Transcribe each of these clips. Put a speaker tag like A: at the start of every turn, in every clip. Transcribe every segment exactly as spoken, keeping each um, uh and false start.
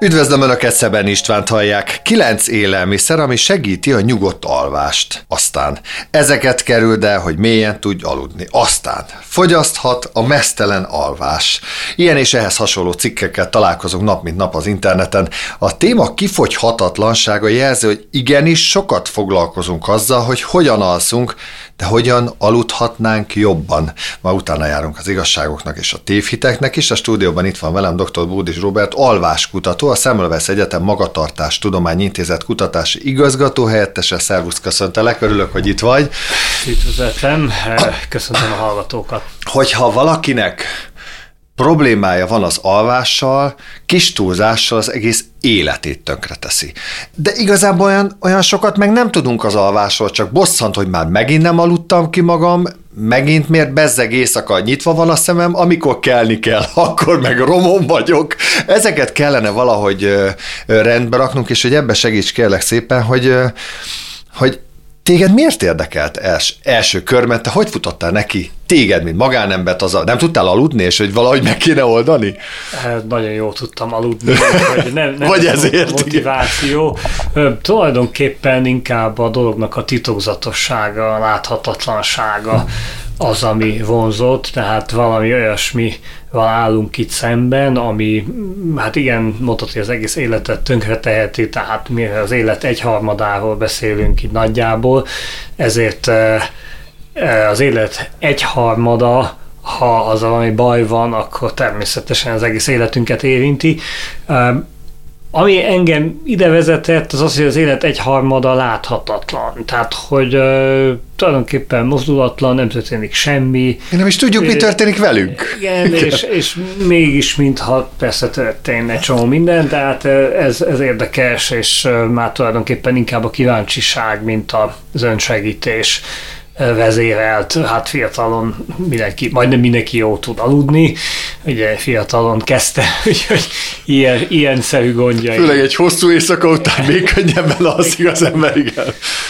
A: Üdvözlöm Önöket, Szeben Istvánt hallják. Kilenc élelmiszer, ami segíti a nyugodt alvást. Aztán ezeket kerüld el, hogy mélyen tudj aludni. Aztán fogyaszthat a meztelen alvás. Ilyen és ehhez hasonló cikkekkel találkozunk nap mint nap az interneten. A téma kifogyhatatlansága jelzi, hogy igenis sokat foglalkozunk azzal, hogy hogyan alszunk, de hogyan aludhatnánk jobban. Ma utána járunk az igazságoknak és a tévhiteknek is. A stúdióban itt van velem dr. Bódis Róbert, alváskutató, a Semmelweis Egyetem Magatartás Tudományi Intézet kutatási igazgató helyettese. Szervusz, köszöntelek, örülök, hogy itt vagy.
B: Üdvözletem, köszöntöm a hallgatókat.
A: Hogyha valakinek problémája van az alvással, kis túlzással az egész életét tönkreteszi. De igazából olyan, olyan sokat meg nem tudunk az alvásról, csak bosszant, hogy már megint nem aludtam ki magam, megint miért bezzeg éjszaka nyitva van a szemem, amikor kelni kell, akkor meg romon vagyok. Ezeket kellene valahogy rendbe raknunk, és hogy ebbe segíts kérlek szépen, hogy, hogy téged miért érdekelt els, első körben? Te hogy futottál neki? Téged, mint magánembert, az a, nem tudtál aludni, és hogy valahogy meg kéne oldani?
B: Hát, nagyon jól tudtam aludni, hogy nem, nem
A: vagy ezért,
B: a motiváció. Igen. Tulajdonképpen inkább a dolognak a titokzatossága, a láthatatlansága az, ami vonzott, tehát valami olyasmi van állunk itt szemben, ami, hát igen, mondhatod, hogy az egész életet tönkreteheti, tehát mi az élet egyharmadáról beszélünk itt nagyjából, ezért az élet egyharmada, ha az valami baj van, akkor természetesen az egész életünket érinti. Ami engem ide vezetett, az az, hogy az élet egyharmada láthatatlan. Tehát, hogy uh, tulajdonképpen mozdulatlan, nem történik semmi.
A: Nem is tudjuk, mi történik velünk.
B: Igen, és, és mégis mintha persze történne csomó minden, tehát ez, ez érdekes, és már tulajdonképpen inkább a kíváncsiság, mint az önsegítés vezérelt, hát fiatalon mindenki, majdnem mindenki jól tud aludni, ugye fiatalon kezdte, úgyhogy ilyen, ilyen szerű gondjai.
A: Főleg egy hosszú éjszaka után még könnyebben alszik az ember, igen.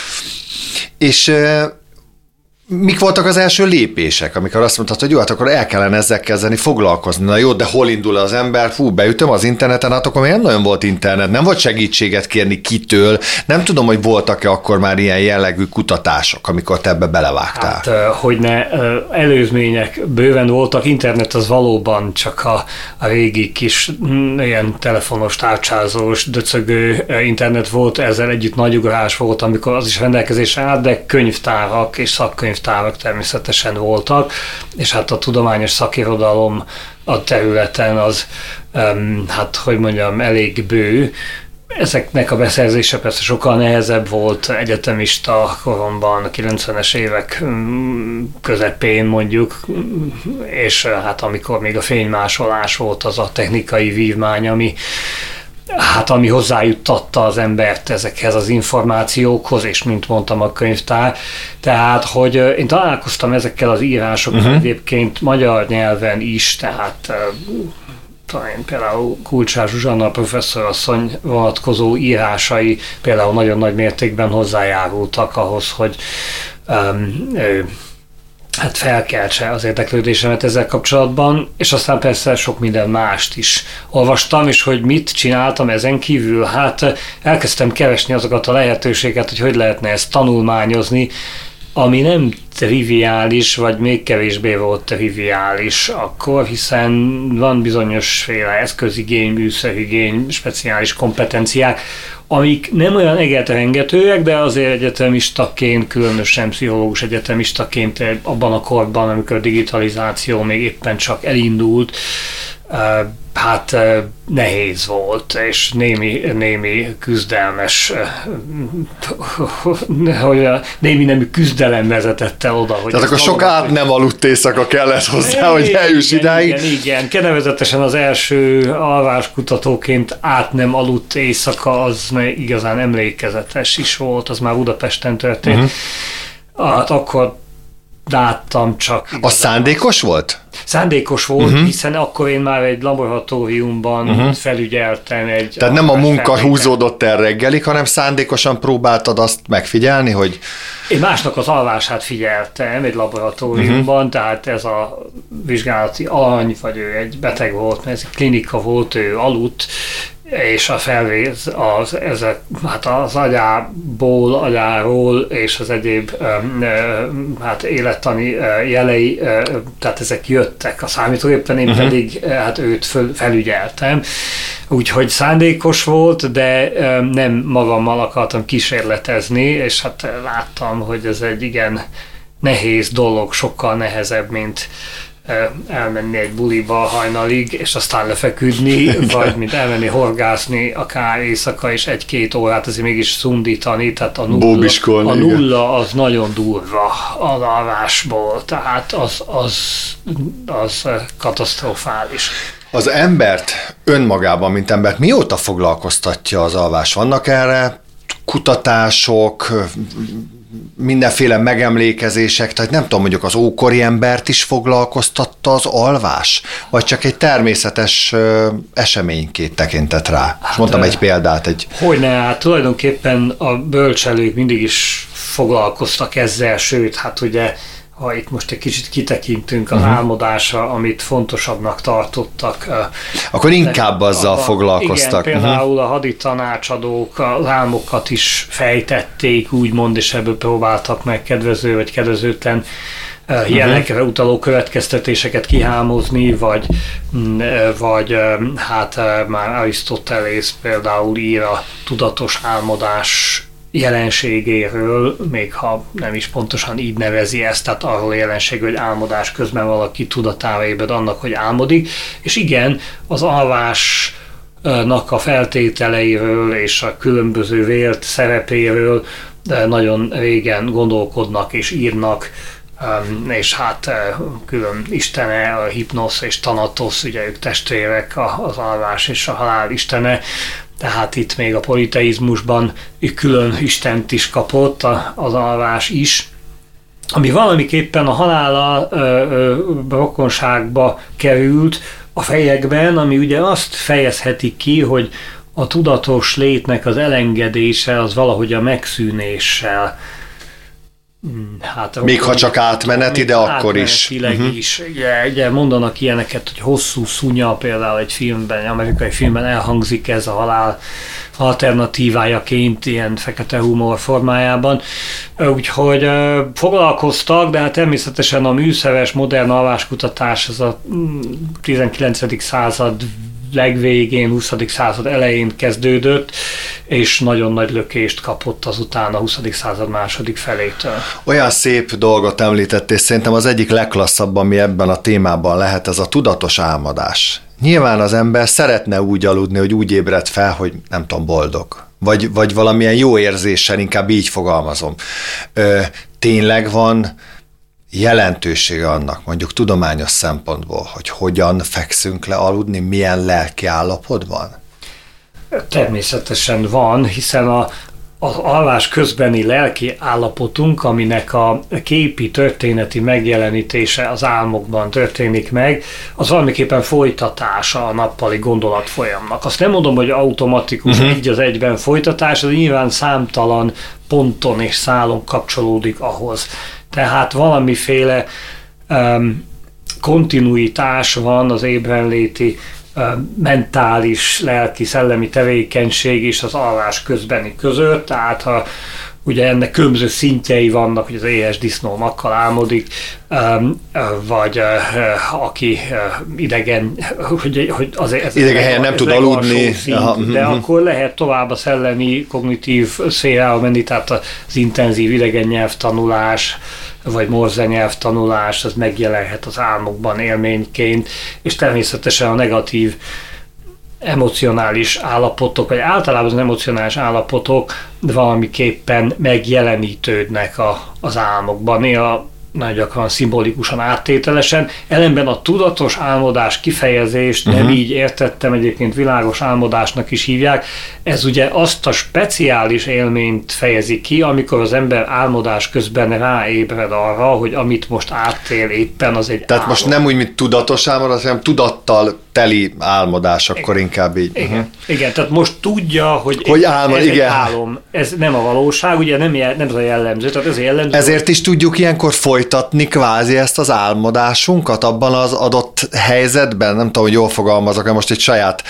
A: És uh, mik voltak az első lépések, amikor azt mondtad, hogy jó, hát akkor el kellene ezzel kezdeni foglalkozni. Na jó, de hol indul az ember? Fú, beütöm az interneten, hát akkor még nem nagyon volt internet, nem volt segítséget kérni kitől. Nem tudom, hogy voltak-e akkor már ilyen jellegű kutatások, amikor te ebbe belevágtál.
B: Hát, hogy ne, előzmények bőven voltak, internet az valóban csak a, a régi kis ilyen telefonos, tárcsázós, döcögő internet volt, ezzel együtt nagy ugrás volt, amikor az is rendelkezésre állt, de könyvtárak és szakkönyv tárak természetesen voltak, és hát a tudományos szakirodalom a területen az, um, hát hogy mondjam, elég bő. Ezeknek a beszerzése persze sokkal nehezebb volt egyetemista koromban, a kilencvenes évek közepén mondjuk, és hát amikor még a fénymásolás volt az a technikai vívmány, ami hát ami hozzájuttatta az embert ezekhez az információkhoz, és mint mondtam, a könyvtár. Tehát, hogy én találkoztam ezekkel az írásokkal uh-huh. egyébként magyar nyelven is, tehát talán például Kulcsár Zsuzsanna professzorasszony vonatkozó írásai például nagyon nagy mértékben hozzájárultak ahhoz, hogy um, ő hát felkeltse az érdeklődésemet ezzel kapcsolatban, és aztán persze sok minden mást is olvastam, és hogy mit csináltam ezen kívül, hát elkezdtem keresni azokat a lehetőséget, hogy hogy lehetne ezt tanulmányozni, ami nem triviális, vagy még kevésbé volt triviális akkor, hiszen van bizonyosféle eszközigény, műszerigény, speciális kompetenciák, amik nem olyan egetrengetőek, de azért egyetemistaként, különösen pszichológus egyetemistaként abban a korban, amikor a digitalizáció még éppen csak elindult, hát nehéz volt, és némi, némi küzdelmes, hogy némi nemű küzdelem vezetett el oda. Hogy
A: tehát akkor sok át nem aludt éjszaka kellett hozzá, igen, hogy eljuss idáig.
B: Igen, igen, nevezetesen az első alváskutatóként át nem aludt éjszaka, az igazán emlékezetes is volt, az már Budapesten történt. Uh-huh. Hát akkor láttam csak.
A: A szándékos volt?
B: Szándékos volt, uh-huh. hiszen akkor én már egy laboratóriumban uh-huh. felügyeltem egy...
A: Tehát nem a munka felvétel. Húzódott el reggelig, hanem szándékosan próbáltad azt megfigyelni, hogy...
B: Én másnak az alvását figyeltem egy laboratóriumban, uh-huh. tehát ez a vizsgálati alany, vagy ő egy beteg volt, mert ez egy klinika volt, ő aludt, és a felvész az, ezek, hát az agyából, agyáról és az egyéb hát élettani jelei, tehát ezek jöttek a számítógépen, én uh-huh. pedig hát őt föl, felügyeltem. Úgyhogy szándékos volt, de nem magammal akartam kísérletezni, és hát láttam, hogy ez egy igen nehéz dolog, sokkal nehezebb, mint elmenni egy buliba hajnalig, és aztán lefeküdni, vagy mint elmenni horgászni akár éjszaka, és egy-két órát azért mégis szundítani, tehát a nulla, a nulla az nagyon durva az alvásból, tehát az, az, az katasztrofális.
A: Az embert önmagában, mint embert mióta foglalkoztatja az alvás? Vannak erre kutatások, mindenféle megemlékezések, tehát nem tudom, mondjuk az ókori embert is foglalkoztatta az alvás, vagy csak egy természetes eseményként tekintett rá. Hát, mondtam egy példát. Egy...
B: Hogyne, hát tulajdonképpen a bölcselők mindig is foglalkoztak ezzel, sőt, hát ugye ha itt most egy kicsit kitekintünk az uh-huh. álmodásra, amit fontosabbnak tartottak.
A: Akkor inkább azzal a, foglalkoztak.
B: Igen, például uh-huh. a haditanácsadók az álmokat is fejtették, úgymond, és ebből próbáltak meg kedvező vagy kedvezőtlen uh-huh. jellegre utaló következtetéseket kihámozni, vagy, vagy hát már Arisztotelész például ír a tudatos álmodás jelenségéről, még ha nem is pontosan így nevezi ezt, tehát arról a jelenségről, hogy álmodás közben valaki tudatára ébred annak, hogy álmodik, és igen, az alvásnak a feltételeiről és a különböző vélt szerepéről nagyon régen gondolkodnak és írnak, és hát külön istene, a hipnosz és tanatosz, ugye ők testvérek, az alvás és a halál istene, tehát itt még a politeizmusban külön istent is kapott az alvás is, ami valamiképpen a halállal rokonságba került a fejekben, ami ugye azt fejezheti ki, hogy a tudatos létnek az elengedése az valahogy a megszűnéssel.
A: Hát, még ha csak átmeneti, de akkor is.
B: Uh-huh. is. Ugye, ugye mondanak ilyeneket, hogy hosszú szunya, például egy filmben, egy amerikai filmben elhangzik ez a halál alternatívájaként, ilyen fekete humor formájában. Úgyhogy foglalkoztak, de hát természetesen a műszeres modern alváskutatás az a tizenkilencedik század legvégén, huszadik század elején kezdődött, és nagyon nagy lökést kapott azután a huszadik század második felétől.
A: Olyan szép dolgot említettél, szerintem az egyik legklasszabb, ami ebben a témában lehet, ez a tudatos álmodás. Nyilván az ember szeretne úgy aludni, hogy úgy ébred fel, hogy nem tudom, boldog. Vagy, vagy valamilyen jó érzéssel, inkább így fogalmazom. Ö, tényleg van jelentősége annak, mondjuk tudományos szempontból, hogy hogyan fekszünk le aludni, milyen lelki állapotban?
B: Természetesen van, hiszen a, az alvás közbeni lelki állapotunk, aminek a képi történeti megjelenítése az álmokban történik meg, az valamiképpen folytatása a nappali gondolatfolyamnak. Azt nem mondom, hogy automatikus uh-huh. egy az egyben folytatás, az nyilván számtalan ponton és szálon kapcsolódik ahhoz. Tehát valamiféle um, kontinuitás van az ébrenléti um, mentális, lelki, szellemi tevékenység és az alvás közbeni között, tehát ha ugye ennek különböző szintjei vannak, hogy az éhes disznó makkal álmodik, vagy aki idegen, hogy, hogy azért ez
A: idegen helyen nem tud aludni.
B: Szint, Aha, de uh-huh. akkor lehet tovább a szellemi, kognitív szférába menni, tehát az intenzív idegen nyelvtanulás, vagy morze nyelvtanulás, az megjelenhet az álmokban élményként, és természetesen a negatív emocionális állapotok, vagy általában az emocionális állapotok valamiképpen megjelenítődnek a, az álmokban. Néha nagyon gyakran szimbolikusan, áttételesen. Ellenben a tudatos álmodás kifejezést uh-huh. nem így értettem, egyébként világos álmodásnak is hívják. Ez ugye azt a speciális élményt fejezi ki, amikor az ember álmodás közben ráébred arra, hogy amit most átél éppen, az egy
A: Tehát álom. Most nem úgy, mint tudatos álmodás, hanem tudattal teli álmodás, akkor igen. inkább így.
B: Igen. Uh-huh. igen, tehát most tudja, hogy,
A: hogy álma,
B: ez
A: igen.
B: egy álom, ez nem a valóság, ugye nem, jel, nem ez a jellemző, tehát ez a jellemző.
A: Ezért is tudjuk ilyenkor folytatni kvázi ezt az álmodásunkat abban az adott helyzetben, nem tudom, hogy jól fogalmazok, most egy saját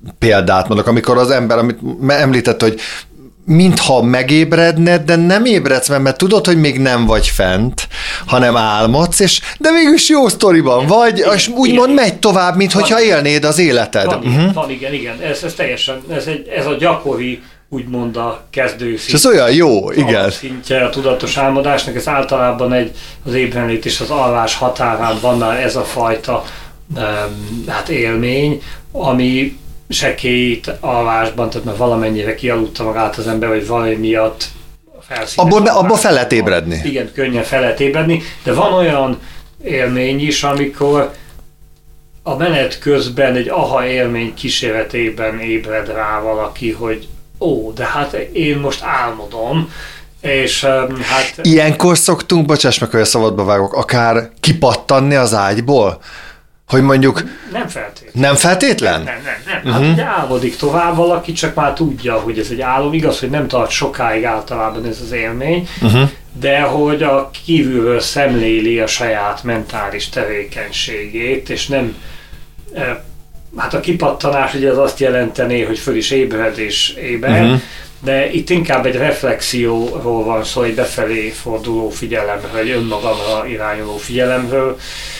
A: példát mondok, amikor az ember, amit említett, hogy mintha megébredned, de nem ébredsz, mert, mert tudod, hogy még nem vagy fent, hanem álmodsz, és de mégis jó sztoriban vagy, igen, és úgymond igen. megy tovább, mint hogyha élnéd az életed.
B: Van,
A: uh-huh.
B: van igen, igen. Ez, ez teljesen, ez, egy, ez a gyakori, úgymond a kezdőszint.
A: És ez olyan jó, igen.
B: Szintje a tudatos álmodásnak, ez általában egy, az ébrenlét és az alvás határán van már ez a fajta um, hát élmény, ami sekélyt alvásban, tehát mert valamennyire kialudta magát az ember, vagy valami miatt
A: abból, abból fel lehet ébredni.
B: Igen, könnyen fel lehet ébredni, de van olyan élmény is, amikor a menet közben egy aha élmény kíséretében ébred rá valaki, hogy ó, de hát én most álmodom, és hát...
A: Ilyenkor szoktunk, bocsáss meg, hogy a szabadba vágok, akár kipattanni az ágyból? Hogy mondjuk...
B: Nem feltétlen.
A: Nem feltétlen?
B: Nem, nem, nem. nem. Hát uh-huh. ugye álmodik tovább valaki, csak már tudja, hogy ez egy álom. Igaz, hogy nem tart sokáig általában ez az élmény, uh-huh. de hogy a kívülről szemléli a saját mentális tevékenységét, és nem... Hát a kipattanás ugye az azt jelentené, hogy föl is ébred és éber, uh-huh. de itt inkább egy reflexióról van szó, egy befelé forduló figyelemről, egy önmagamra irányuló figyelemről.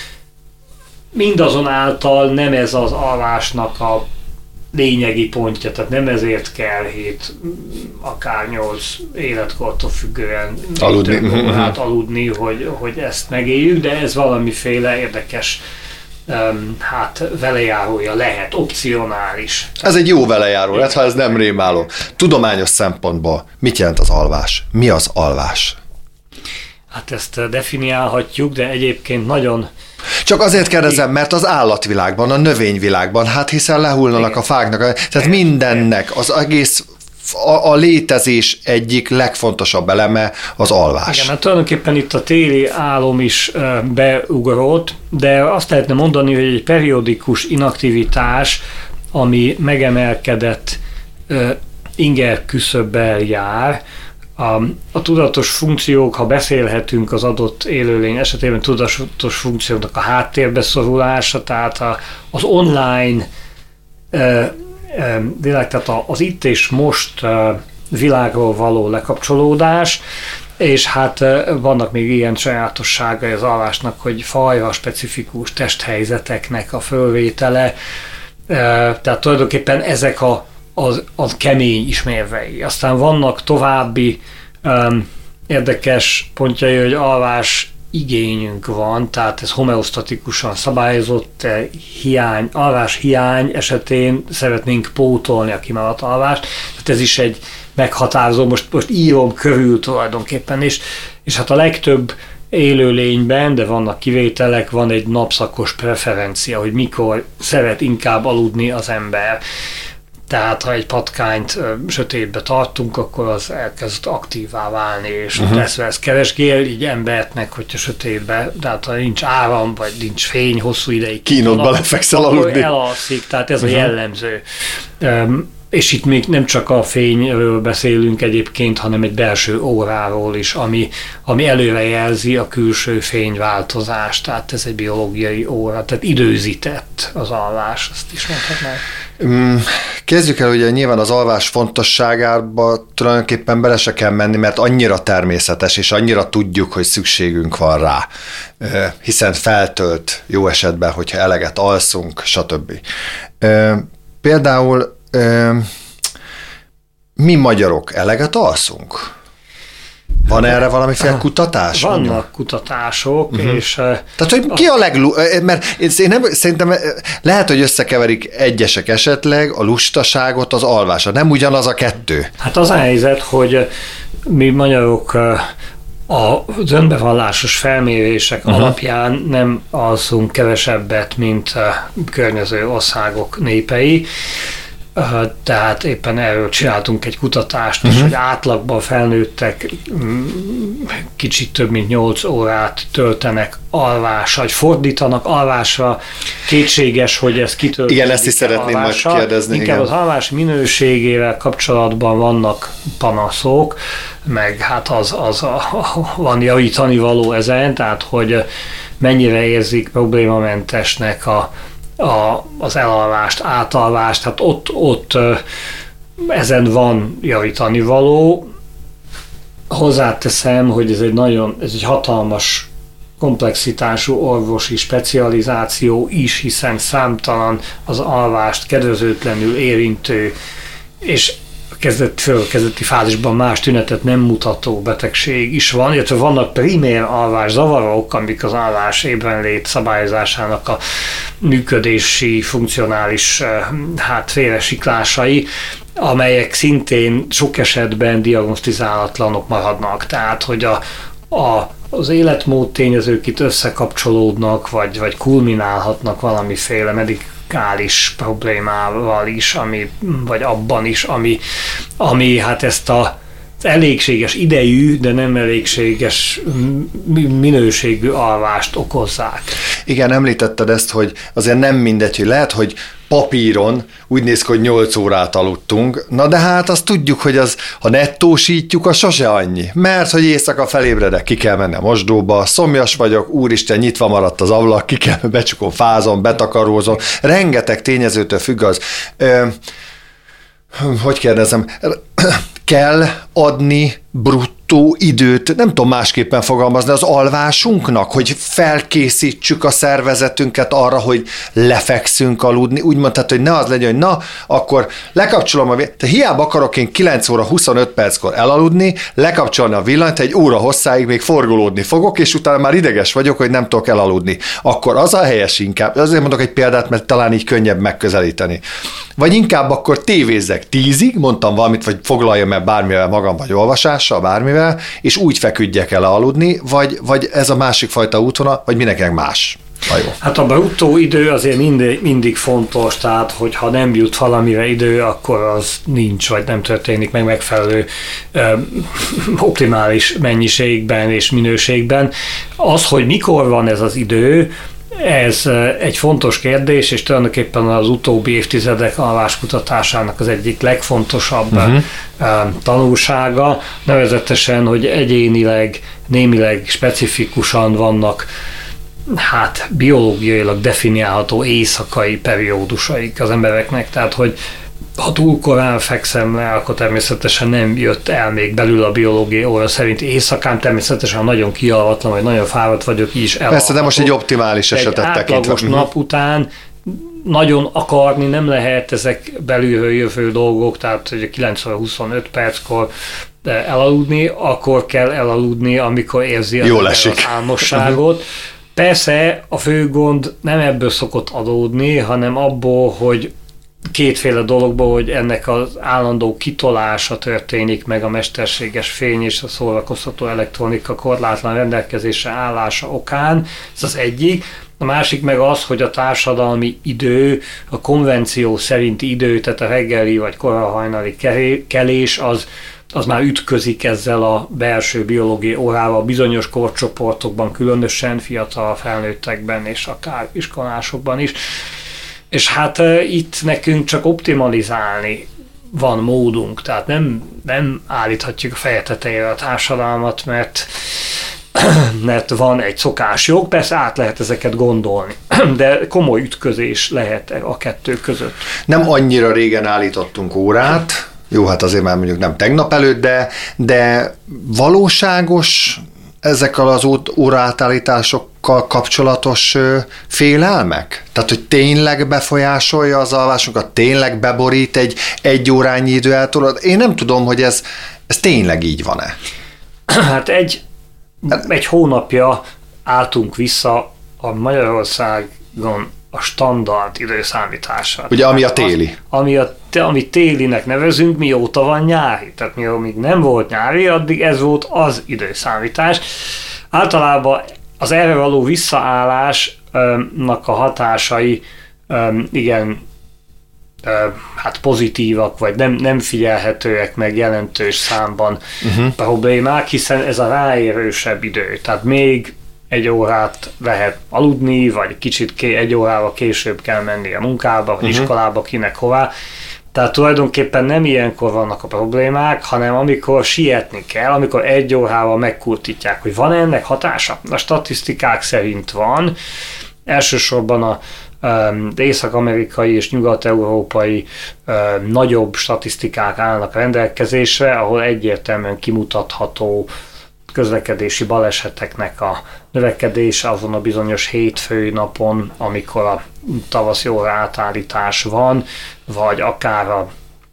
B: Mindazonáltal nem ez az alvásnak a lényegi pontja, tehát nem ezért kell hét, akár nyolc életkortól függően
A: aludni,
B: órát aludni, hogy, hogy ezt megéljük, de ez valamiféle érdekes um, hát velejárója lehet, opcionális.
A: Ez egy jó velejáró, hát, ha ez nem rémáló. Tudományos szempontból mit jelent az alvás? Mi az alvás?
B: Hát ezt definiálhatjuk, de egyébként nagyon...
A: Csak azért kérdezem, mert az állatvilágban, a növényvilágban, hát hiszen lehullanak igen. a fáknak, tehát mindennek, az egész a, a létezés egyik legfontosabb eleme az alvás.
B: Igen, hát tulajdonképpen itt a téli álom is uh, beugrott, de azt lehetne mondani, hogy egy periódikus inaktivitás, ami megemelkedett uh, inger küszöbbel jár. A, a tudatos funkciók, ha beszélhetünk az adott élőlény esetében, tudatos funkcióknak a háttérbe szorulása, tehát a, az online e, e, világ, tehát az itt és most e, világról való lekapcsolódás, és hát e, vannak még ilyen sajátosságai az alvásnak, hogy fajra specifikus testhelyzeteknek a fölvétele, e, tehát tulajdonképpen ezek a Az, az kemény ismérvei. Aztán vannak további um, érdekes pontjai, hogy alvás igényünk van, tehát ez homeosztatikusan szabályozott hiány, alvás hiány esetén szeretnénk pótolni a kimaradt alvást, tehát ez is egy meghatározó, most, most írom körül tulajdonképpen, és, és hát a legtöbb élőlényben, de vannak kivételek, van egy napszakos preferencia, hogy mikor szeret inkább aludni az ember. Tehát ha egy patkányt ö, sötétbe tartunk, akkor az elkezd aktívá válni, és uh-huh. tesz-vesz keresgél, így embert meg, hogyha sötétbe, tehát ha nincs áram, vagy nincs fény, hosszú ideig
A: kínodba lefekszel aludni.
B: Elalszik, tehát ez uh-huh. a jellemző. Um, és itt még nem csak a fényről beszélünk egyébként, hanem egy belső óráról is, ami, ami előrejelzi a külső fényváltozást, tehát ez egy biológiai óra, tehát időzített az alvás, azt is mondhatnánk.
A: Kezdjük el, ugye nyilván az alvás fontosságába tulajdonképpen bele se kell menni, mert annyira természetes, és annyira tudjuk, hogy szükségünk van rá, hiszen feltölt jó esetben, hogyha eleget alszunk, stb. Például mi magyarok eleget alszunk? Van erre valamiféle kutatás?
B: Vannak mondjuk? kutatások, uh-huh. és...
A: Tehát, hogy ki a leglu... Mert én nem, szerintem lehet, hogy összekeverik egyesek esetleg a lustaságot az alvásra. Nem ugyanaz a kettő?
B: Hát az a helyzet, hogy mi magyarok az önbevallásos felmérések uh-huh. alapján nem alszunk kevesebbet, mint a környező országok népei. Tehát éppen erről csináltunk egy kutatást, uh-huh. és hogy átlagban felnőttek kicsit több mint nyolc órát töltenek alvásra, vagy fordítanak alvásra. Kétséges, hogy ez kitöltődik.
A: Igen, ezt is szeretném majd kérdezni.
B: Inkább igen. Az alvás minőségével kapcsolatban vannak panaszok, meg hát az, az a, a, van javítani való ezen, tehát hogy mennyire érzik problémamentesnek a a, az elalvást, átalvást, hát ott, ott ezen van javítani való. Hozzáteszem, hogy ez egy nagyon, ez egy hatalmas komplexitású orvosi specializáció is, hiszen számtalan az alvást kedvezőtlenül érintő, és kezdett, föl kezdeti fázisban más tünetet nem mutató betegség is van, illetve vannak primér alvás zavarok, amik az alvás ébrenlét szabályozásának a működési, funkcionális hát félresiklásai, amelyek szintén sok esetben diagnosztizálatlanok maradnak. Tehát, hogy a, a, az életmód tényezők itt összekapcsolódnak, vagy, vagy kulminálhatnak valamiféle medikális problémával is, ami, vagy abban is, ami, ami hát ezt a elégséges idejű, de nem elégséges minőségű alvást okozzák.
A: Igen, említetted ezt, hogy azért nem mindegy, hogy lehet, hogy papíron úgy néz ki, hogy nyolc órát aludtunk, na de hát azt tudjuk, hogy az, ha nettósítjuk, az sose annyi. Mert, hogy éjszaka felébredek, ki kell menni a mosdóba, szomjas vagyok, úristen, nyitva maradt az ablak, ki kell, becsukom, fázom, betakarózom, rengeteg tényezőtől függ az. Ö, hogy kérdezem, kell adni bruttó időt, nem tudom másképpen fogalmazni, az alvásunknak, hogy felkészítsük a szervezetünket arra, hogy lefekszünk aludni, úgy mondtad, hogy ne az legyen, hogy na, akkor lekapcsolom a villanyt, hiába akarok én kilenc óra huszonöt perckor elaludni, lekapcsolni a villanyt, egy óra hosszáig még forgolódni fogok, és utána már ideges vagyok, hogy nem tudok elaludni. Akkor az a helyes inkább, azért mondok egy példát, mert talán így könnyebb megközelíteni. Vagy inkább akkor tévézzek tízig, mondtam valamit, vagy foglaljam el bármivel magam, vagy olvasással, bármivel, és úgy feküdjek el aludni, vagy, vagy ez a másik fajta útvonal, vagy mindenkinek más. Jó.
B: Hát a bruttó idő azért mindig, mindig fontos, tehát hogyha nem jut valamire idő, akkor az nincs, vagy nem történik meg megfelelő ö, optimális mennyiségben és minőségben. Az, hogy mikor van ez az idő, ez egy fontos kérdés, és tulajdonképpen az utóbbi évtizedek alváskutatásának az egyik legfontosabb uh-huh. tanulsága, nevezetesen, hogy egyénileg, némileg specifikusan vannak hát biológiailag definiálható éjszakai periódusaik az embereknek, tehát hogy ha túl korán fekszem le, akkor természetesen nem jött el még belül a biológiai óra szerint éjszakán, természetesen nagyon kialvatlan, vagy nagyon fáradt vagyok, így is elalhatok.
A: Persze, de most egy optimális esetet tekintve.
B: Egy átlagos nap után nagyon akarni nem lehet, ezek belülről jövő dolgok, tehát hogy kilenc óra huszonöt perckor elaludni, akkor kell elaludni, amikor érzi az, az álmosságot. Persze a fő gond nem ebből szokott adódni, hanem abból, hogy kétféle dologból, hogy ennek az állandó kitolása történik meg a mesterséges fény és a szórakoztató elektronika korlátlan rendelkezésre állása okán, ez az egyik. A másik meg az, hogy a társadalmi idő, a konvenció szerinti idő, tehát a reggeli vagy korahajnali kelés, az, az már ütközik ezzel a belső biológiai órával bizonyos korcsoportokban, különösen fiatal felnőttekben és akár iskolásokban is. És hát uh, itt nekünk csak optimalizálni van módunk, tehát nem, nem állíthatjuk a feje tetejére a társadalmat, mert, mert van egy szokásjog, persze át lehet ezeket gondolni, de komoly ütközés lehet a kettő között.
A: Nem annyira régen állítottunk órát, jó, hát azért már mondjuk nem tegnap előtt, de, de valóságos ezekkel az óraátállításokkal kapcsolatos félelmek? Tehát, hogy tényleg befolyásolja az alvásunkat, tényleg beborít egy egy órányi idő eltolód? Én nem tudom, hogy ez, ez tényleg így van-e.
B: Hát egy, egy hónapja álltunk vissza a Magyarországon a standard időszámításra.
A: Ugye, ami a téli.
B: Az, ami a amit télinek nevezünk, mióta van nyári. Tehát mióta még nem volt nyári, addig ez volt az időszámítás. Általában az erre való visszaállásnak a hatásai igen, hát pozitívak, vagy nem, nem figyelhetőek meg jelentős számban uh-huh. problémák, hiszen ez a ráérősebb idő. Tehát még egy órát lehet aludni, vagy kicsit ké, egy órával később kell menni a munkába, vagy uh-huh. iskolába, kinek hová. Tehát tulajdonképpen nem ilyenkor vannak a problémák, hanem amikor sietni kell, amikor egy órával megkurtítják, hogy van ennek hatása. A statisztikák szerint van, elsősorban a észak-amerikai és nyugat-európai nagyobb statisztikák állnak rendelkezésre, ahol egyértelműen kimutatható közlekedési baleseteknek a növekedése azon a bizonyos hétfői napon, amikor a tavaszi óra átállítás van, vagy akár a,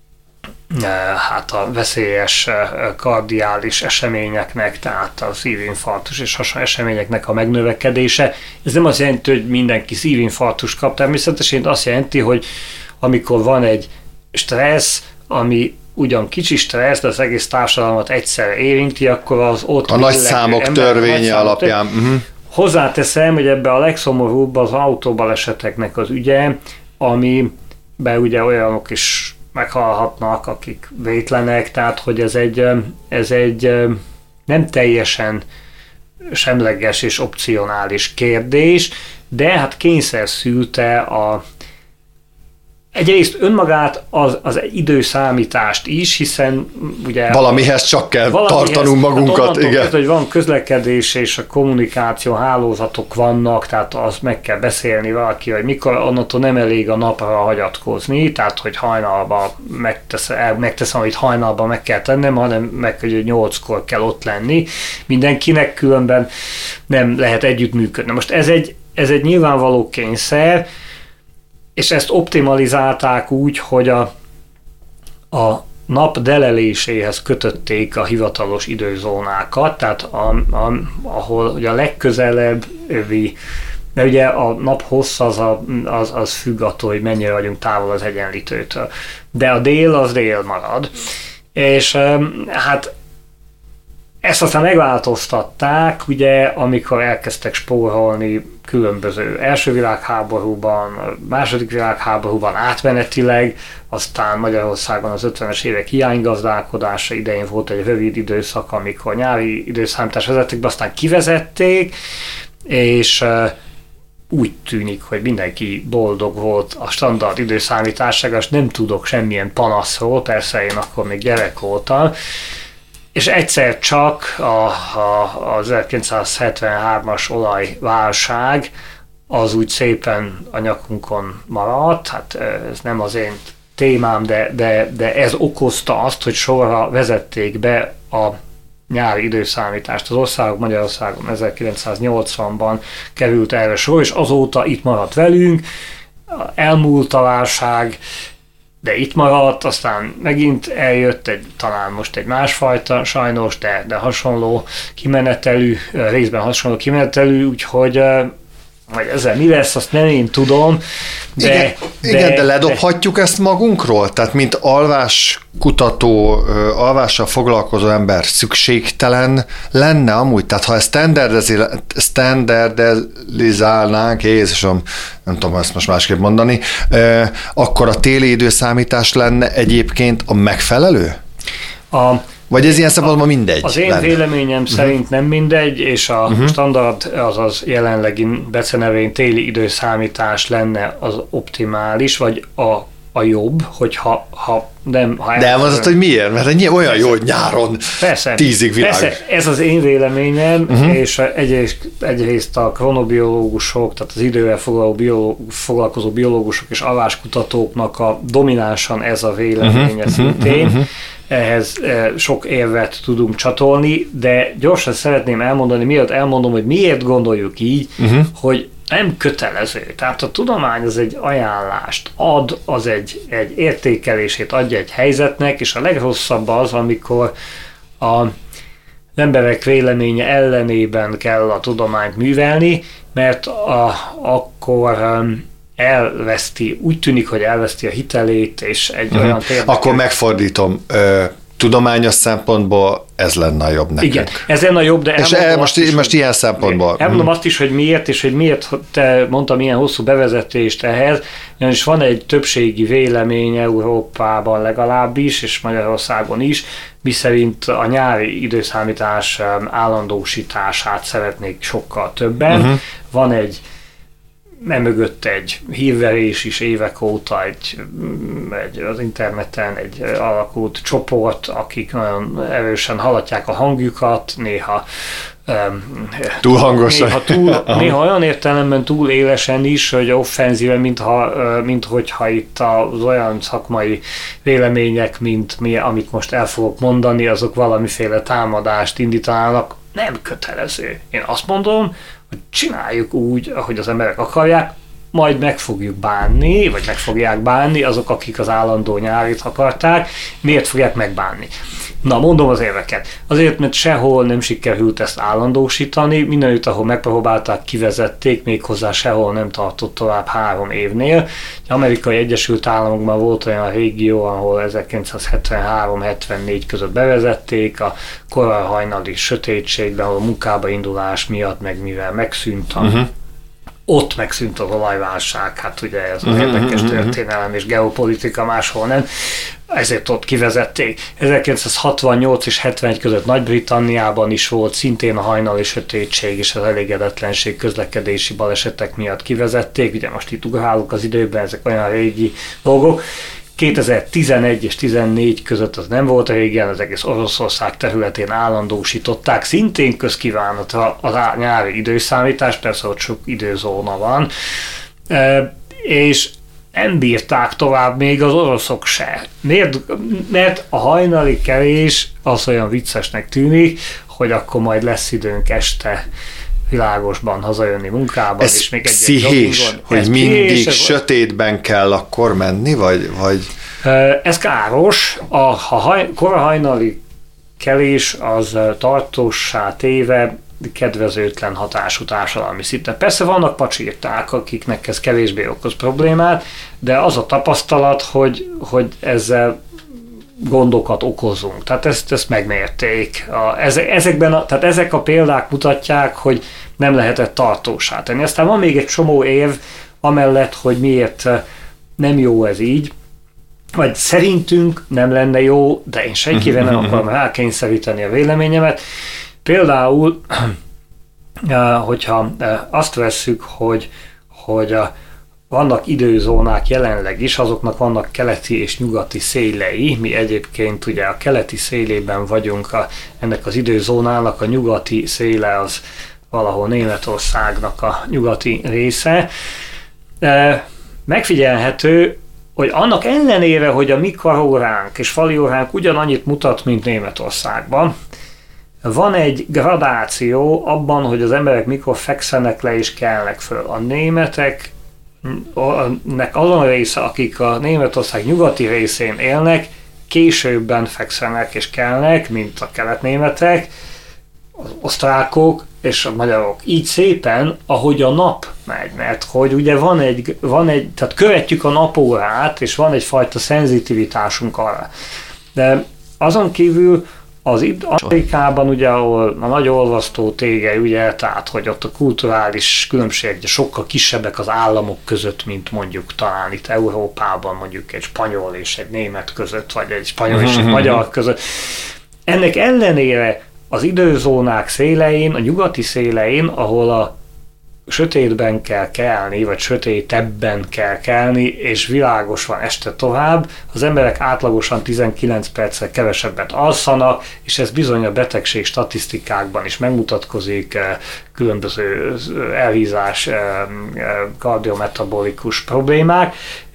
B: hát a veszélyes kardiális eseményeknek, tehát a szívinfarktus és hasonló eseményeknek a megnövekedése. Ez nem azt jelenti, hogy mindenki szívinfarktus kap, természetesen azt jelenti, hogy amikor van egy stressz, ami ugyan kicsi stressz, de az egész társadalmat egyszerre érinti, akkor az ott...
A: A nagy számok ember, törvénye nagy számok alapján. Tör... Uh-huh.
B: Hozzáteszem, hogy ebbe a legszomorúbb az autóbaleseteknek az ügye, amiben ugye olyanok is meghalhatnak, akik vétlenek, tehát hogy ez egy, ez egy nem teljesen semleges és opcionális kérdés, de hát kényszer szülte a egyrészt önmagát az, az időszámítást is, hiszen ugye...
A: Valamihez csak kell valamihez, tartanunk magunkat, hát igen.
B: Kezdve, hogy van közlekedés és a kommunikáció hálózatok vannak, tehát azt meg kell beszélni valaki, hogy mikor, onnantól nem elég a napra hagyatkozni, tehát hogy hajnalban megteszem, megteszem amit hajnalban meg kell tennem, hanem meg, hogy nyolckor kell ott lenni. Mindenkinek különben nem lehet együttműködni. Most ez egy, ez egy nyilvánvaló kényszer, és ezt optimalizálták úgy, hogy a, a nap deleléséhez kötötték a hivatalos időzónákat, tehát a, a, ahol ugye a legközelebbi, de ugye a nap hossz az, a, az, az függ attól, hogy mennyire vagyunk távol az egyenlítőtől. De a dél az dél marad. És hát ezt aztán megváltoztatták, ugye, amikor elkezdtek spórolni különböző első világháborúban, második világháborúban átmenetileg, aztán Magyarországon az ötvenes évek hiánygazdálkodása idején volt egy rövid időszak, amikor nyári időszámítást vezették be, aztán kivezették, és úgy tűnik, hogy mindenki boldog volt a standard időszámításával, és nem tudok semmilyen panaszról, persze én akkor még gyerek voltam, és egyszer csak a, a, az ezerkilencszázhetvenhármas olajválság az úgy szépen a nyakunkon maradt, hát ez nem az én témám, de, de, de ez okozta azt, hogy sorra vezették be a nyári időszámítást az országok. Magyarországon ezerkilencszáznyolcvanban került erre sor, és azóta itt maradt velünk, elmúlt a válság, de itt maradt, aztán megint eljött egy, talán most egy másfajta, sajnos, de, de hasonló kimenetelű, részben hasonló kimenetelű, úgyhogy vagy ezzel mi lesz, azt nem én tudom. De,
A: igen, de, igen, de ledobhatjuk de, ezt magunkról? Tehát mint alváskutató, alvással foglalkozó ember szükségtelen lenne amúgy? Tehát ha ezt standardizálnánk, Jézusom, nem tudom ezt most másképp mondani, akkor a téli időszámítás lenne egyébként a megfelelő? A Vagy ez ilyen szempontból mindegy?
B: Az én lenne. Véleményem uh-huh. szerint nem mindegy, és a uh-huh. standard, azaz jelenlegi becenevén téli időszámítás lenne az optimális, vagy a, a jobb, hogyha ha nem... Ha
A: de elmondod, hogy miért? Mert ennyi olyan persze, jó, hogy nyáron persze, tízig világ.
B: Persze, ez az én véleményem, uh-huh. és egyrészt, egyrészt a kronobiológusok, tehát az idővel foglalkozó biológusok és alváskutatóknak a dominánsan ez a véleménye uh-huh. szintén. Uh-huh. Ehhez sok érvet tudunk csatolni, de gyorsan szeretném elmondani, miatt elmondom, hogy miért gondoljuk így, uh-huh. hogy nem kötelező. Tehát a tudomány az egy ajánlást ad, az egy, egy értékelését adja egy helyzetnek, és a legrosszabb az, amikor a emberek véleménye ellenében kell a tudományt művelni, mert a, akkor elveszti, úgy tűnik, hogy elveszti a hitelét, és egy uh-huh. olyan térdeket...
A: Akkor megfordítom, ö, tudományos szempontból ez lenne a jobb nekünk.
B: Igen, ez lenne a jobb, de
A: és el, most, is, most ilyen szempontból.
B: Elmondom azt is, hogy miért, és hogy miért te mondtam ilyen hosszú bevezetést ehhez, ugyanis van egy többségi vélemény Európában legalábbis, és Magyarországon is, miszerint a nyári időszámítás állandósítását szeretnék sokkal többen. Uh-huh. Van egy emögött egy hírverés is évek óta, egy, egy, az interneten egy alakult csoport, akik nagyon erősen hallatják a hangjukat, néha
A: túl hangosan.
B: Néha, túl, néha olyan értelemben túl élesen is, hogy offenzíven, mintha, mint hogyha itt az olyan szakmai vélemények, mint mi, amit most el fogok mondani, azok valamiféle támadást indítanának. Nem kötelező. Én azt mondom, hogy csináljuk úgy, ahogy az emberek akarják, majd meg fogjuk bánni, vagy meg fogják bánni azok, akik az állandó nyárit akarták. Miért fogják megbánni? Na, mondom az érveket. Azért, mert sehol nem sikerült ezt állandósítani, mindenütt, ahol megpróbálták, kivezették, méghozzá sehol nem tartott tovább három évnél. Az Amerikai Egyesült Államokban volt olyan régió, ahol ezerkilencszázhetvenhárom hetvennégy között bevezették, a korai hajnali sötétségben, ahol a munkába indulás miatt, meg mivel megszűnt a uh-huh. ott megszűnt az olajválság, hát ugye ez az érdekes történelem és geopolitika, máshol nem, ezért ott kivezették. ezerkilencszázhatvannyolc és hetvenegy között Nagy-Britanniában is volt szintén a hajnali sötétség és az elégedetlenség közlekedési balesetek miatt kivezették, ugye most itt ugrálunk az időben, ezek olyan régi dolgok. kétezer-tizenegy és tizennégy között az nem volt régen, az egész Oroszország területén állandósították, szintén közkívánatra az nyári időszámítás, persze ott sok időzóna van, e, és nem bírták tovább még az oroszok se. Miért? Mert a hajnali kelés az olyan viccesnek tűnik, hogy akkor majd lesz időnk este világosban hazajönni munkában.
A: Ez
B: és még egy
A: pszichész, hogy ez mindig pszichész, sötétben kell akkor menni, vagy... vagy...
B: Ez káros. A, a haj, korahajnali kelés az tartóssá téve kedvezőtlen hatású társadalmi szinten. Persze vannak pacsirták, akiknek ez kevésbé okoz problémát, de az a tapasztalat, hogy, hogy ezzel gondokat okozunk. Tehát ezt, ezt megmérték. A, ezekben a, tehát ezek a példák mutatják, hogy nem lehetett tartósá tenni. Aztán van még egy csomó érv, amellett, hogy miért nem jó ez így, vagy szerintünk nem lenne jó, de én senkivel nem akarom rákényszeríteni a véleményemet. Például, hogyha azt vesszük, hogy, hogy vannak időzónák jelenleg is, azoknak vannak keleti és nyugati szélei. Mi egyébként ugye a keleti szélében vagyunk a, ennek az időzónának, a nyugati széle az valahol Németországnak a nyugati része. Megfigyelhető, hogy annak ellenére, hogy a mi karóránk és fali óránk ugyanannyit mutat, mint Németországban, van egy gradáció abban, hogy az emberek mikor fekszenek le és kelnek föl. A németek nek azon része, akik a Németország nyugati részén élnek, későbben fekszenek és kelnek, mint a keletnémetek, az osztrákok és a magyarok. Így szépen, ahogy a nap megy, mert hogy ugye van egy, van egy, tehát követjük a napórát, és van egyfajta szenzitivitásunk arra. De azon kívül az itt Amerikában, ugye, ahol a nagy olvasztó tégely, ugye, tehát, hogy ott a kulturális különbségek sokkal kisebbek az államok között, mint mondjuk talán itt Európában mondjuk egy spanyol és egy német között, vagy egy spanyol és egy magyar között. Ennek ellenére az időzónák szélein, a nyugati szélein, ahol a sötétben kell kelni, vagy sötétebben kell kelni, és világos van este tovább, az emberek átlagosan tizenkilenc perccel kevesebbet alszanak, és ez bizony a betegség statisztikákban is megmutatkozik, különböző elhízás, kardiometabolikus problémák.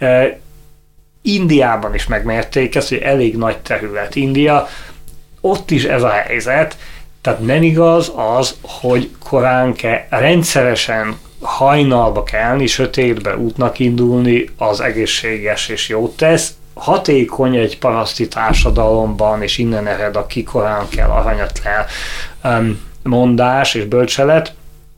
B: Indiában is megmérték ezt, hogy elég nagy terület India, ott is ez a helyzet, tehát nem igaz az, hogy korán kell rendszeresen hajnalba kelni, sötétbe útnak indulni, az egészséges és jót tesz. Hatékony egy paraszti társadalomban, és innen ered a ki korán kell aranyat lel mondás és bölcselet.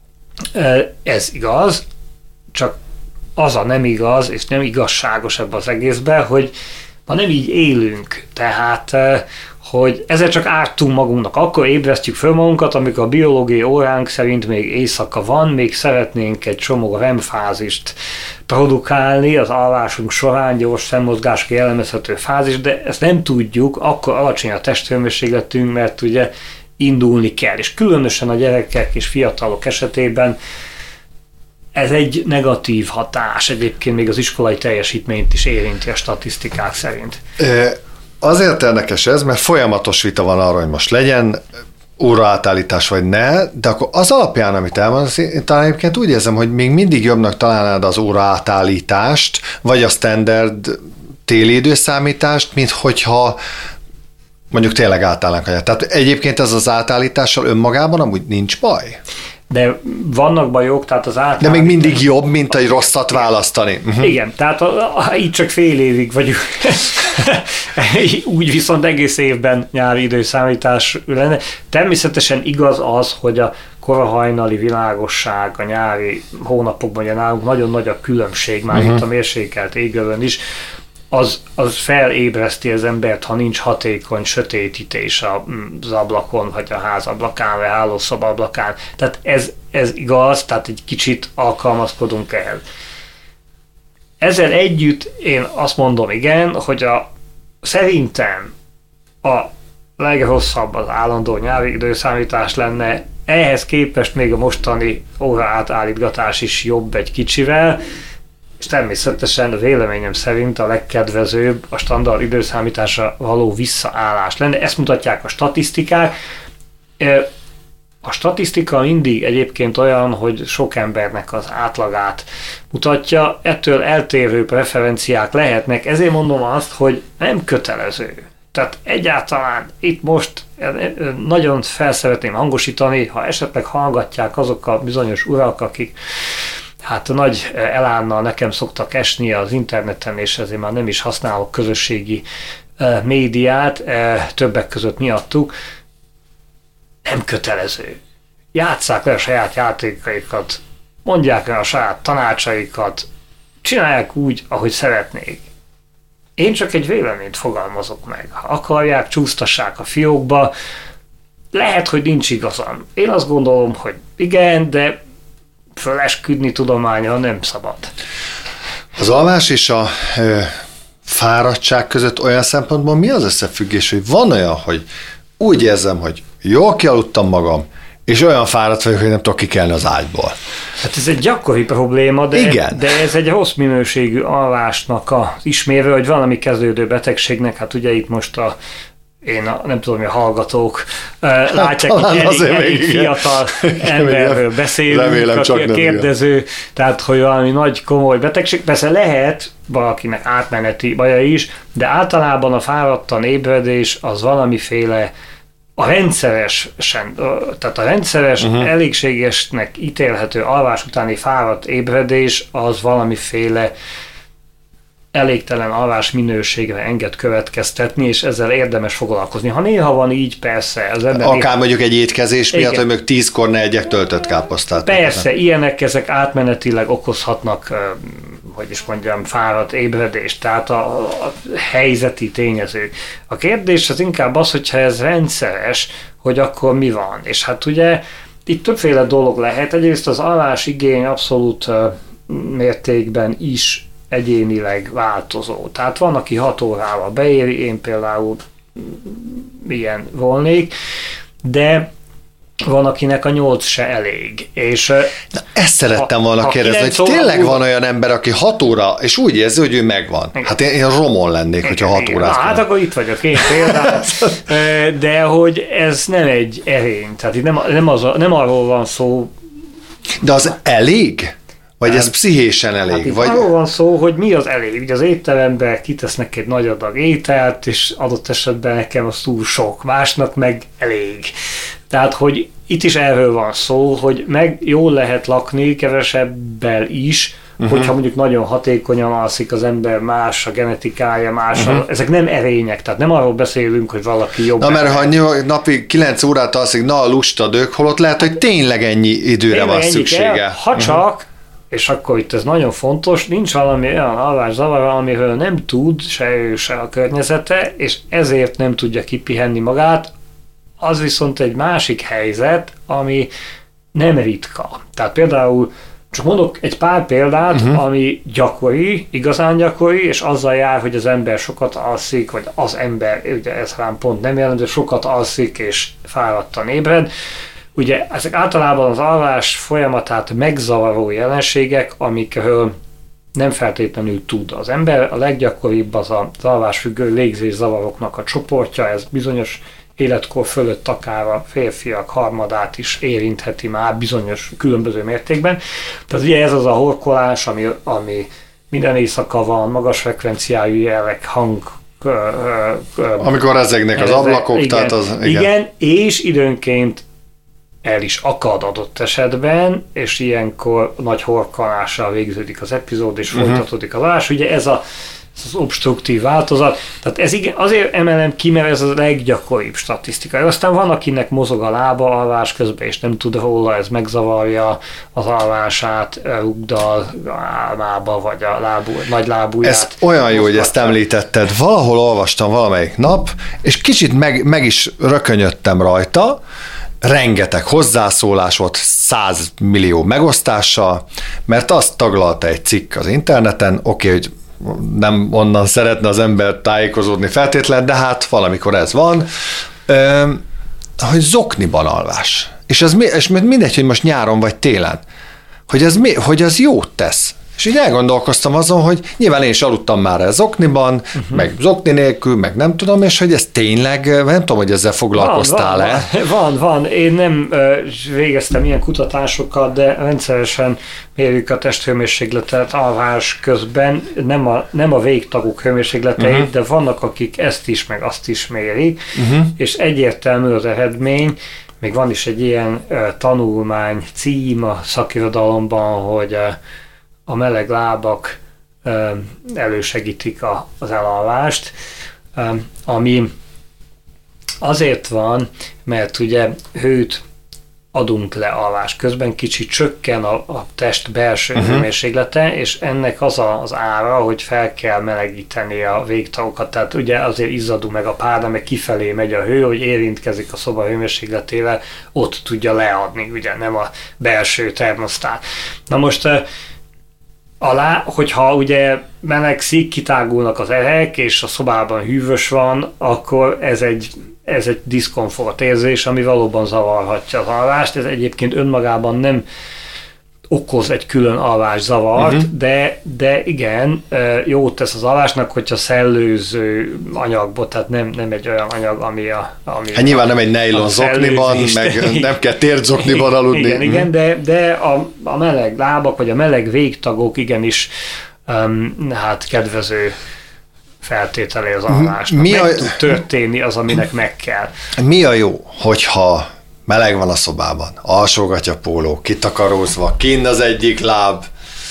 B: Ez igaz, csak az a nem igaz, és nem igazságos ebben az egészben, hogy ma nem így élünk, tehát hogy ezzel csak ártunk magunknak. Akkor ébresztjük föl magunkat, amikor a biológiai óránk szerint még éjszaka van, még szeretnénk egy csomó R E M fázist produkálni az alvásunk során, gyors szemmozgásra jellemezhető fázis, de ezt nem tudjuk, akkor alacsony a testhőmérsékletünk, mert ugye indulni kell. És különösen a gyerekek és fiatalok esetében Ez egy negatív hatás, egyébként még az iskolai teljesítményt is érinti a statisztikák szerint.
A: Azért érdekes ez, mert folyamatos vita van arra, hogy most legyen óraátállítás vagy ne, de akkor az alapján, amit elmondasz, én talán egyébként úgy érzem, hogy még mindig jobbnak találnád az óraátállítást, vagy a standard téli időszámítást, mint hogyha mondjuk tényleg átállnánk. Tehát egyébként ez az átállítással önmagában amúgy nincs baj.
B: De vannak bajok, tehát az átállítás...
A: De még mindig jobb, mint egy rosszat választani.
B: Uh-huh. Igen, tehát a, a, így csak fél évig vagyunk. Úgy viszont egész évben nyári időszámítás lenne. Természetesen igaz az, hogy a korahajnali világosság a nyári hónapokban, ugye nálunk nagyon nagy a különbség, már uh-huh. itt a mérsékelt égövön is, az, az felébreszti az embert, ha nincs hatékony sötétítés az ablakon, vagy a ház ablakán, vagy a hálószoba ablakán. Tehát ez, ez igaz, tehát egy kicsit alkalmazkodunk ehhez. Ezzel együtt én azt mondom, igen, hogy a, szerintem a legrosszabb az állandó nyári időszámítás lenne, ehhez képest még a mostani óra átállítgatás is jobb egy kicsivel, és természetesen véleményem szerint a legkedvezőbb a standard időszámításra való visszaállás lenne. Ezt mutatják a statisztikák. A statisztika mindig egyébként olyan, hogy sok embernek az átlagát mutatja, ettől eltérő preferenciák lehetnek, ezért mondom azt, hogy nem kötelező. Tehát egyáltalán itt most nagyon felszeretném hangosítani, ha esetleg hallgatják azok a bizonyos urak, akik hát nagy elánnal nekem szoktak esni az interneten, és ezért már nem is használok közösségi médiát, többek között miattuk. Nem kötelező. Játsszák le a saját játékaikat, mondják le a saját tanácsaikat, csinálják úgy, ahogy szeretnék. Én csak egy véleményt fogalmazok meg. Ha akarják, csúsztassák a fiókba, lehet, hogy nincs igazam. Én azt gondolom, hogy igen, de fölesküdni tudománya nem szabad.
A: Az alvás és a ö, fáradtság között olyan szempontból mi az összefüggés, hogy van olyan, hogy úgy érzem, hogy jól kialudtam magam, és olyan fáradt vagyok, hogy nem tudok kikelni az ágyból.
B: Hát ez egy gyakori probléma, de,
A: Igen.
B: de ez egy rossz minőségű alvásnak az ismérve, hogy valami kezdődő betegségnek, hát ugye itt most a én a, nem tudom, hogy a hallgatók hát, látják, hogy elég, elég fiatal emberről beszélünk,
A: remélem,
B: a kérdező, igen. Tehát, hogy valami nagy komoly betegség, persze lehet valakinek átmeneti baja is, de általában a fáradtan ébredés az valamiféle a rendszeresen, tehát a rendszeres, uh-huh. elégségesnek ítélhető alvás utáni fáradt ébredés az valamiféle elégtelen alvás minőségre enged következtetni, és ezzel érdemes foglalkozni. Ha néha van így, persze. Az ember
A: akár néha... mondjuk egy étkezés miatt, hogy még tízkor ne egyek töltött káposztát.
B: Persze, ilyenek, ezek átmenetileg okozhatnak, hogy is mondjam, fáradt ébredést, tehát a, a helyzeti tényezők. A kérdés az inkább az, hogyha ez rendszeres, hogy akkor mi van. És hát ugye itt többféle dolog lehet. Egyrészt az alvás igény abszolút mértékben is egyénileg változó. Tehát van, aki hat órával beéri, én például ilyen volnék, de van, akinek a nyolc se elég. És
A: na, ezt szerettem volna kérdezni, hogy tényleg van olyan ember, aki hat óra, és úgy érzi, hogy ő megvan. Igen. Hát én, én romon lennék, igen, hogyha hat órát.
B: Na, hát akkor itt vagyok én például. De hogy ez nem egy erény. Tehát itt nem, nem, az, nem arról van szó.
A: De az elég? Vagy ez pszichésen elég?
B: Hát
A: vagy...
B: arról van szó, hogy mi az elég. Ugye az étteremben kitesznek egy nagy adag ételt, és adott esetben nekem az túl sok, másnak meg elég. Tehát, hogy itt is erről van szó, hogy meg jól lehet lakni kevesebbel is, uh-huh. hogyha mondjuk nagyon hatékonyan alszik az ember, más a genetikája, más uh-huh. a, ezek nem erények, tehát nem arról beszélünk, hogy valaki jobb.
A: Na, mert ha napi kilenc órát alszik, na a lusta dög, holott lehet, hogy tényleg ennyi időre tényleg van szüksége. Kell,
B: ha csak, uh-huh. és akkor itt ez nagyon fontos, nincs valami olyan alvászavar, amiről nem tud se ő, se a környezete, és ezért nem tudja kipihenni magát, az viszont egy másik helyzet, ami nem ritka. Tehát például, csak mondok egy pár példát, uh-huh. ami gyakori, igazán gyakori, és azzal jár, hogy az ember sokat alszik, vagy az ember, ugye ez rám pont nem jelent, de sokat alszik, és fáradtan ébred. ugye ezek általában az alvás folyamatát megzavaró jelenségek, amikről nem feltétlenül tud az ember. A leggyakoribb az az alvásfüggő légzészavaroknak a csoportja, ez bizonyos életkor fölött akár a férfiak harmadát is érintheti már bizonyos különböző mértékben. Tehát ugye ez az a horkolás, ami, ami minden éjszaka van, magas frekvenciájú jelek, hang, Ö, ö, ö,
A: amikor ezeknek az ablakok,
B: igen,
A: tehát az...
B: Igen. igen, és időnként el is akad adott esetben, és ilyenkor nagy horkalással végződik az epizód, és uh-huh. folytatódik a alvás. Ugye ez a, ez az obstruktív változat. Tehát ez igen, azért emelem ki, mert ez a leggyakoribb statisztika. Aztán van, akinek mozog a lába alvás közben, és nem tud róla, ez megzavarja az alvását, rugdal álmába, vagy a lábú, nagy lábúját.
A: Ez olyan jó, hogy ezt említetted. Valahol olvastam valamelyik nap, és kicsit meg, meg is rökönyödtem rajta, rengeteg hozzászólás volt, száz millió megosztással, mert azt taglalta egy cikk az interneten, oké, hogy nem onnan szeretne az ember tájékozódni feltétlen, de hát valamikor ez van, hogy zokniban alvás. És, ez, és mindegy, hogy most nyáron vagy télen, hogy az, hogy az jót tesz. És így elgondolkoztam azon, hogy nyilván én is aludtam már el zokniban, uh-huh. meg zokni nélkül, meg nem tudom, és hogy ez tényleg, nem tudom, hogy ezzel foglalkoztál-e.
B: Van, van, van, van. Én nem végeztem ilyen kutatásokat, de rendszeresen mérjük a testhőmérsékletet alvás közben, nem a, nem a végtagok hőmérsékleteit, uh-huh. de vannak, akik ezt is, meg azt is mérik, uh-huh. és egyértelmű az eredmény. Még van is egy ilyen uh, tanulmány cím a szakirodalomban, hogy uh, a meleg lábak uh, elősegítik a, az elalvást, um, ami azért van, mert ugye hőt adunk le alvás közben, kicsit csökken a, a test belső uh-huh. hőmérséklete, és ennek az a, az ára, hogy fel kell melegíteni a végtagokat, tehát ugye azért izzadul meg a párna, meg kifelé megy a hő, hogy érintkezik a szoba hőmérsékletével, ott tudja leadni, ugye nem a belső termosztát. Na most alá, hogyha ugye melegszik, kitágulnak az erek, és a szobában hűvös van, akkor ez egy, ez egy diszkomfort érzés, ami valóban zavarhatja az alvást. Ez egyébként önmagában nem okoz egy külön alvászavart, uh-huh. de, de igen, jót tesz az alvásnak, hogyha szellőző anyagból, tehát nem, nem egy olyan anyag, ami a... Ami
A: hát nyilván nem egy nylon zokniban, meg nem kell tért zokniban aludni.
B: Igen, igen, de, de a, a meleg lábak, vagy a meleg végtagok igenis um, hát kedvező feltételé az alvásnak.
A: Mi
B: meg
A: a...
B: tud történni az, aminek meg kell.
A: Mi a jó, hogyha meleg van a szobában, alsógatja póló, kitakarózva, kinn az egyik láb,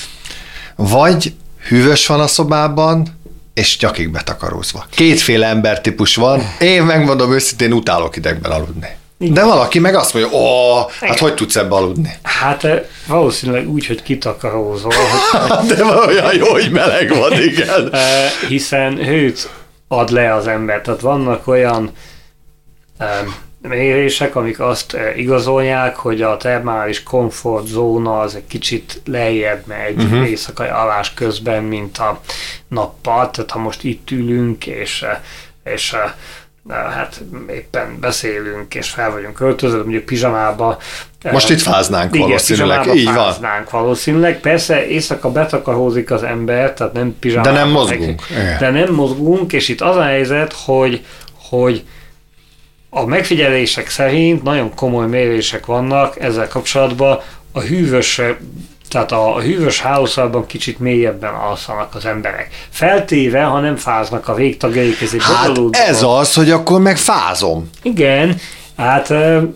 A: vagy hűvös van a szobában, és nyakig betakarózva. Kétféle embertípus van, én megmondom őszintén, utálok idegben aludni. Igen. De valaki meg azt mondja, ó, hát hogy tudsz ebbe aludni?
B: Hát valószínűleg úgy, hogy kitakarózol.
A: Hogy... De olyan jó, hogy meleg van, igen.
B: Hiszen hőt ad le az ember, tehát vannak olyan mérések, amik azt igazolják, hogy a termális komfortzóna az egy kicsit lejjebb megy uh-huh. éjszakai alvás közben, mint a nappal. Tehát ha most itt ülünk, és, és hát éppen beszélünk, és fel vagyunk költöző, mondjuk pizsamába.
A: Most itt fáznánk igen, valószínűleg, így
B: fáznánk van. valószínűleg. Persze éjszaka betakarózik az ember, tehát nem pizsamába.
A: De nem mozgunk.
B: Meg, de nem mozgunk, és itt az a helyzet, hogy, hogy a megfigyelések szerint nagyon komoly mérések vannak ezzel kapcsolatban. A hűvös, tehát a hűvös hálószobában kicsit mélyebben alszanak az emberek. Feltéve, ha nem fáznak a végtagjaik, ez egy
A: hát ez az, hogy akkor meg fázom.
B: Igen, hát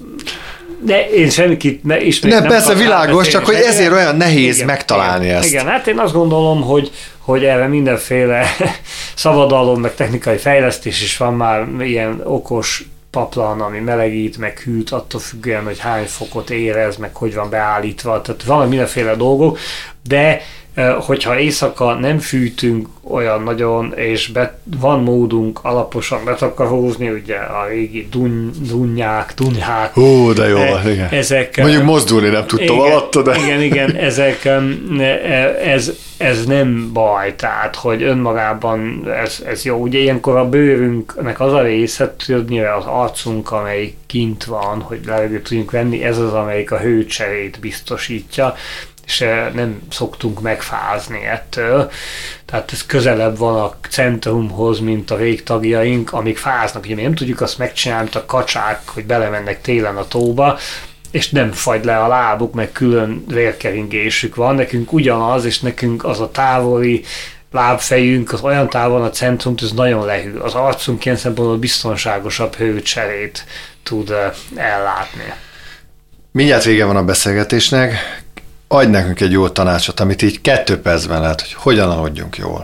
B: de én semmikit ne, ismét
A: nem, nem persze világos, csak hogy ezért olyan nehéz igen, megtalálni
B: igen,
A: ezt.
B: Igen, hát én azt gondolom, hogy, hogy erre mindenféle szabadalom, meg technikai fejlesztés is van már, ilyen okos paplan, ami melegít, meg hűt, attól függően, hogy hány fokot érez, meg hogy van beállítva, tehát van mindenféle dolgok, de hogyha éjszaka nem fűtünk olyan nagyon, és be, van módunk alaposan betakarózni, ugye a régi duny, dunyák, dunyhák.
A: Hú, de jó van, igen.
B: Ezek,
A: mondjuk mozdulni nem tudtam
B: igen,
A: alatta, de...
B: Igen, igen, ezek, ez, ez nem baj, tehát, hogy önmagában ez, ez jó. Ugye ilyenkor a bőrünknek az a része, tudnia az arcunk, amely kint van, hogy levegőt tudjunk venni, ez az, amelyik a hőcserét biztosítja, és nem szoktunk megfázni ettől. Tehát ez közelebb van a centrumhoz, mint a végtagjaink, amik fáznak. Ugye mi nem tudjuk azt megcsinálni, mint a kacsák, hogy belemennek télen a tóba, és nem fagy le a lábuk, meg külön vérkeringésük van. Nekünk ugyanaz, és nekünk az a távoli lábfejünk, az olyan távol a centrum, ez nagyon lehűl. Az arcunk ilyen szempontból biztonságosabb hőcserét tud ellátni.
A: Mindjárt vége van a beszélgetésnek. Adj nekünk egy jó tanácsot, amit így kettő percben lehet, hogy hogyan aludjunk jól.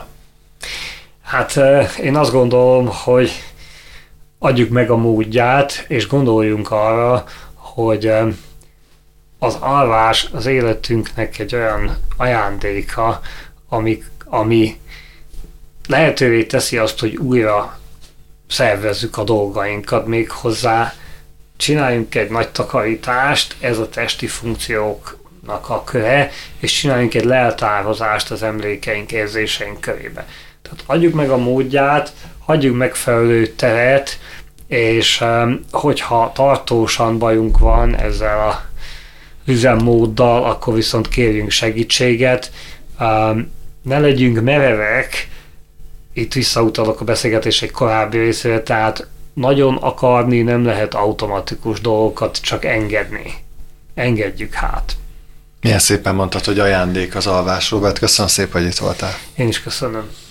B: Hát én azt gondolom, hogy adjuk meg a módját, és gondoljunk arra, hogy az alvás az életünknek egy olyan ajándéka, ami, ami lehetővé teszi azt, hogy újra szervezzük a dolgainkat, még hozzá csináljunk egy nagy takarítást, ez a testi funkciók a köre, és csináljunk egy leltározást az emlékeink, érzéseink körébe. Tehát adjuk meg a módját, hagyjuk megfelelő teret, és hogyha tartósan bajunk van ezzel a üzemmóddal, akkor viszont kérjünk segítséget. Ne legyünk merevek, itt visszautalok a beszélgetés egy korábbi részére, tehát nagyon akarni nem lehet automatikus dolgokat csak engedni. Engedjük hát.
A: Milyen szépen mondtad, hogy ajándék az alvás, Róbert. Köszönöm szépen, hogy itt voltál.
B: Én is köszönöm.